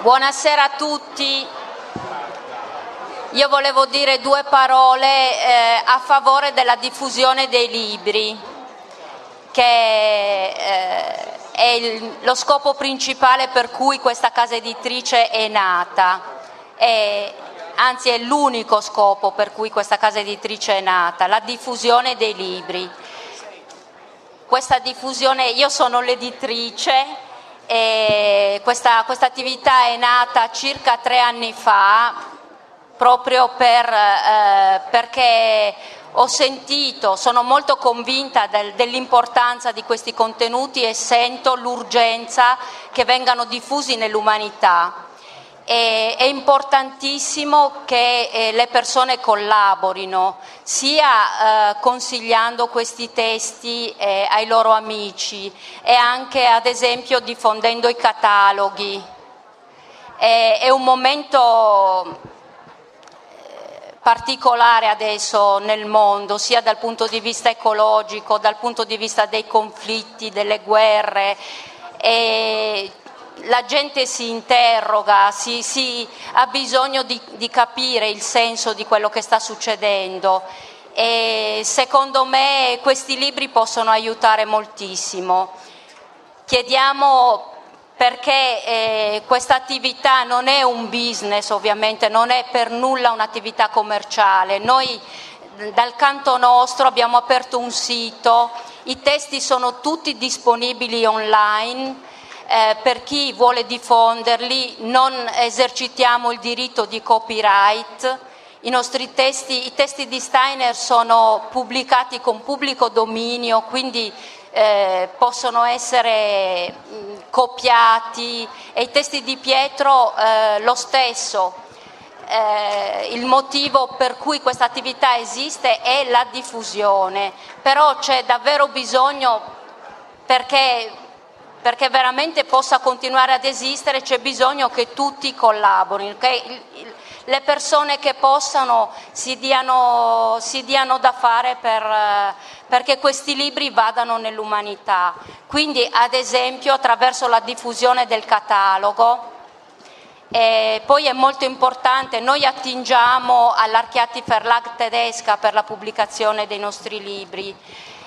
Buonasera a tutti. Io volevo dire due parole a favore della diffusione dei libri, che è lo scopo principale per cui questa casa editrice è nata, anzi è l'unico scopo per cui questa casa editrice è nata, la diffusione dei libri. Questa diffusione, io sono l'editrice e questa attività è nata circa 3 anni fa proprio perché ho sentito, sono molto convinta dell'importanza di questi contenuti e sento l'urgenza che vengano diffusi nell'umanità. È importantissimo che le persone collaborino, sia consigliando questi testi ai loro amici e anche ad esempio diffondendo i cataloghi. È un momento particolare adesso nel mondo, sia dal punto di vista ecologico, dal punto di vista dei conflitti, delle guerre. La gente si interroga, ha bisogno di capire il senso di quello che sta succedendo e secondo me questi libri possono aiutare moltissimo. Chiediamo, perché questa attività non è un business, ovviamente, non è per nulla un'attività commerciale. Noi dal canto nostro abbiamo aperto un sito, i testi sono tutti disponibili online. Per chi vuole diffonderli non esercitiamo il diritto di copyright. I testi di Steiner sono pubblicati con pubblico dominio, quindi possono essere copiati, e i testi di Pietro lo stesso. Il motivo per cui questa attività esiste è la diffusione, però c'è davvero bisogno, perché veramente possa continuare ad esistere, c'è bisogno che tutti collaborino, che le persone che possano si diano da fare perché questi libri vadano nell'umanità. Quindi, ad esempio, attraverso la diffusione del catalogo. Poi è molto importante, noi attingiamo all'Archiati Verlag tedesca per la pubblicazione dei nostri libri.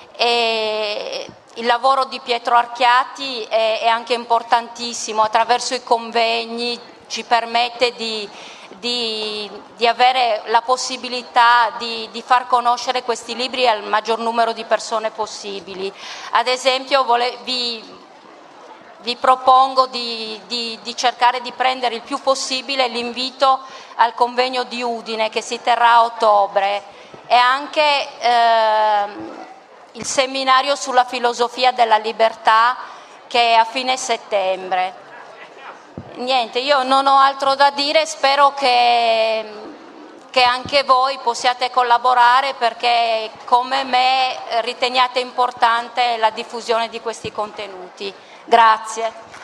Il lavoro di Pietro Archiati è anche importantissimo, attraverso i convegni ci permette di avere la possibilità di far conoscere questi libri al maggior numero di persone possibili. Ad esempio vi propongo di cercare di prendere il più possibile l'invito al convegno di Udine che si terrà a ottobre, e anche il seminario sulla filosofia della libertà che è a fine settembre. Niente, io non ho altro da dire, spero che anche voi possiate collaborare, perché come me riteniate importante la diffusione di questi contenuti. Grazie.